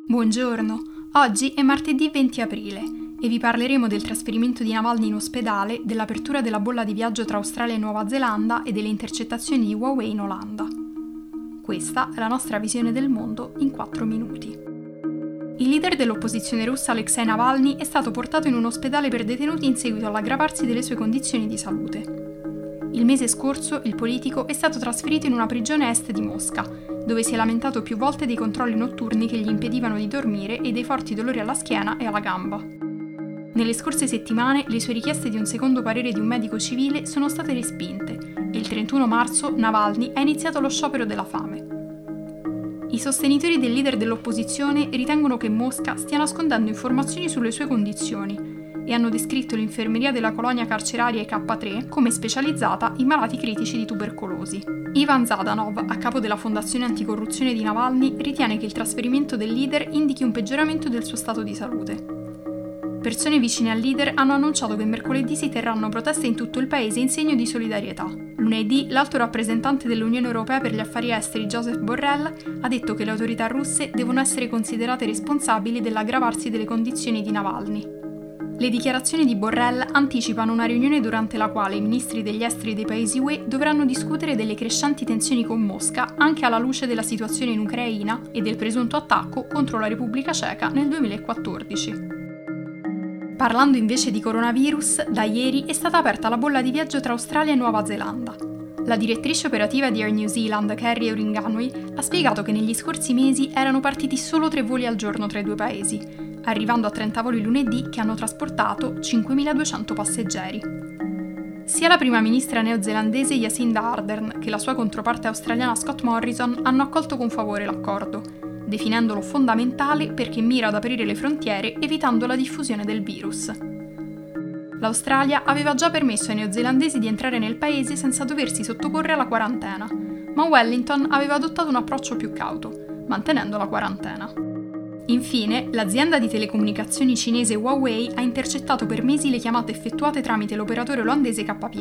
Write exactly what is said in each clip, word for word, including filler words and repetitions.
Buongiorno, oggi è martedì venti aprile e vi parleremo del trasferimento di Navalny in ospedale, dell'apertura della bolla di viaggio tra Australia e Nuova Zelanda e delle intercettazioni di Huawei in Olanda. Questa è la nostra visione del mondo in quattro minuti. Il leader dell'opposizione russa Alexei Navalny è stato portato in un ospedale per detenuti in seguito all'aggravarsi delle sue condizioni di salute. Il mese scorso il politico è stato trasferito in una prigione a est di Mosca, dove si è lamentato più volte dei controlli notturni che gli impedivano di dormire e dei forti dolori alla schiena e alla gamba. Nelle scorse settimane le sue richieste di un secondo parere di un medico civile sono state respinte e il trentuno marzo Navalny ha iniziato lo sciopero della fame. I sostenitori del leader dell'opposizione ritengono che Mosca stia nascondendo informazioni sulle sue condizioni e hanno descritto l'infermeria della colonia carceraria I K tre come specializzata in malati critici di tubercolosi. Ivan Zhdanov, a capo della fondazione anticorruzione di Navalny, ritiene che il trasferimento del leader indichi un peggioramento del suo stato di salute. Persone vicine al leader hanno annunciato che mercoledì si terranno proteste in tutto il paese in segno di solidarietà. Lunedì, l'alto rappresentante dell'Unione Europea per gli affari esteri Josep Borrell ha detto che le autorità russe devono essere considerate responsabili dell'aggravarsi delle condizioni di Navalny. Le dichiarazioni di Borrell anticipano una riunione durante la quale i ministri degli esteri dei paesi U E dovranno discutere delle crescenti tensioni con Mosca anche alla luce della situazione in Ucraina e del presunto attacco contro la Repubblica Ceca nel duemilaquattordici. Parlando invece di coronavirus, da ieri è stata aperta la bolla di viaggio tra Australia e Nuova Zelanda. La direttrice operativa di Air New Zealand, Kerry Euringanui, ha spiegato che negli scorsi mesi erano partiti solo tre voli al giorno tra i due paesi, arrivando a trenta voli lunedì che hanno trasportato cinquemiladuecento passeggeri. Sia la prima ministra neozelandese Jacinda Ardern che la sua controparte australiana Scott Morrison hanno accolto con favore l'accordo, definendolo fondamentale perché mira ad aprire le frontiere evitando la diffusione del virus. L'Australia aveva già permesso ai neozelandesi di entrare nel paese senza doversi sottoporre alla quarantena, ma Wellington aveva adottato un approccio più cauto, mantenendo la quarantena. Infine, l'azienda di telecomunicazioni cinese Huawei ha intercettato per mesi le chiamate effettuate tramite l'operatore olandese K P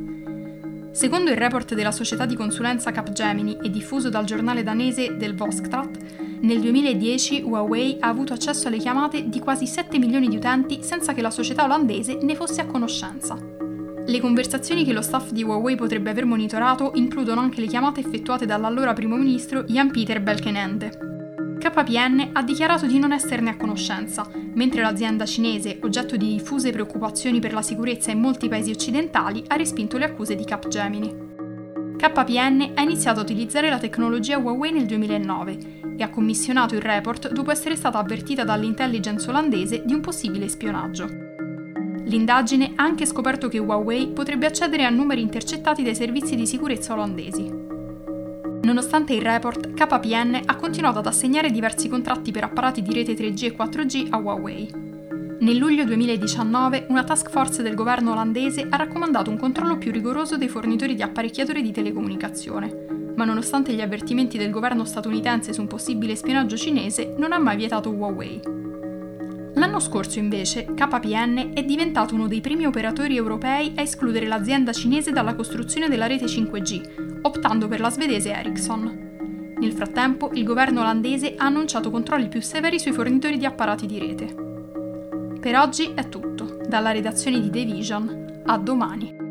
N. Secondo il report della società di consulenza Capgemini e diffuso dal giornale danese Del Volkskrant, nel duemiladieci Huawei ha avuto accesso alle chiamate di quasi sette milioni di utenti senza che la società olandese ne fosse a conoscenza. Le conversazioni che lo staff di Huawei potrebbe aver monitorato includono anche le chiamate effettuate dall'allora primo ministro Jan-Peter Balkenende. K P N ha dichiarato di non esserne a conoscenza, mentre l'azienda cinese, oggetto di diffuse preoccupazioni per la sicurezza in molti paesi occidentali, ha respinto le accuse di Capgemini. K P N ha iniziato a utilizzare la tecnologia Huawei nel duemilanove e ha commissionato il report dopo essere stata avvertita dall'intelligence olandese di un possibile spionaggio. L'indagine ha anche scoperto che Huawei potrebbe accedere a numeri intercettati dai servizi di sicurezza olandesi. Nonostante il report, K P N ha continuato ad assegnare diversi contratti per apparati di rete tre G e quattro G a Huawei. Nel luglio duemiladiciannove una task force del governo olandese ha raccomandato un controllo più rigoroso dei fornitori di apparecchiature di telecomunicazione, ma nonostante gli avvertimenti del governo statunitense su un possibile spionaggio cinese, non ha mai vietato Huawei. L'anno scorso, invece, K P N è diventato uno dei primi operatori europei a escludere l'azienda cinese dalla costruzione della rete cinque G, optando per la svedese Ericsson. Nel frattempo, il governo olandese ha annunciato controlli più severi sui fornitori di apparati di rete. Per oggi è tutto. Dalla redazione di The Vision, a domani.